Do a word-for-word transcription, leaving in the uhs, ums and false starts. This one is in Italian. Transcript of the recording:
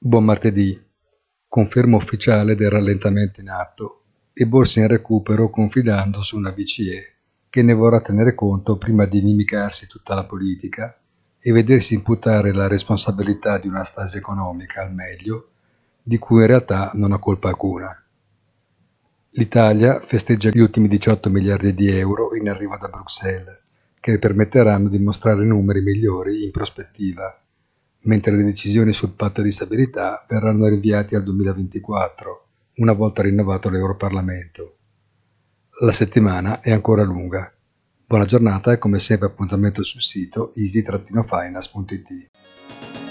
Buon martedì. Conferma ufficiale del rallentamento in atto e borse in recupero confidando su una B C E che ne vorrà tenere conto prima di inimicarsi tutta la politica e vedersi imputare la responsabilità di una stasi economica al meglio, di cui in realtà non ha colpa alcuna. L'Italia festeggia gli ultimi diciotto miliardi di euro in arrivo da Bruxelles, che le permetteranno di mostrare numeri migliori in prospettiva, mentre le decisioni sul patto di stabilità verranno rinviate al duemilaventiquattro, una volta rinnovato l'Europarlamento. La settimana è ancora lunga. Buona giornata e come sempre appuntamento sul sito easy-finance punto it.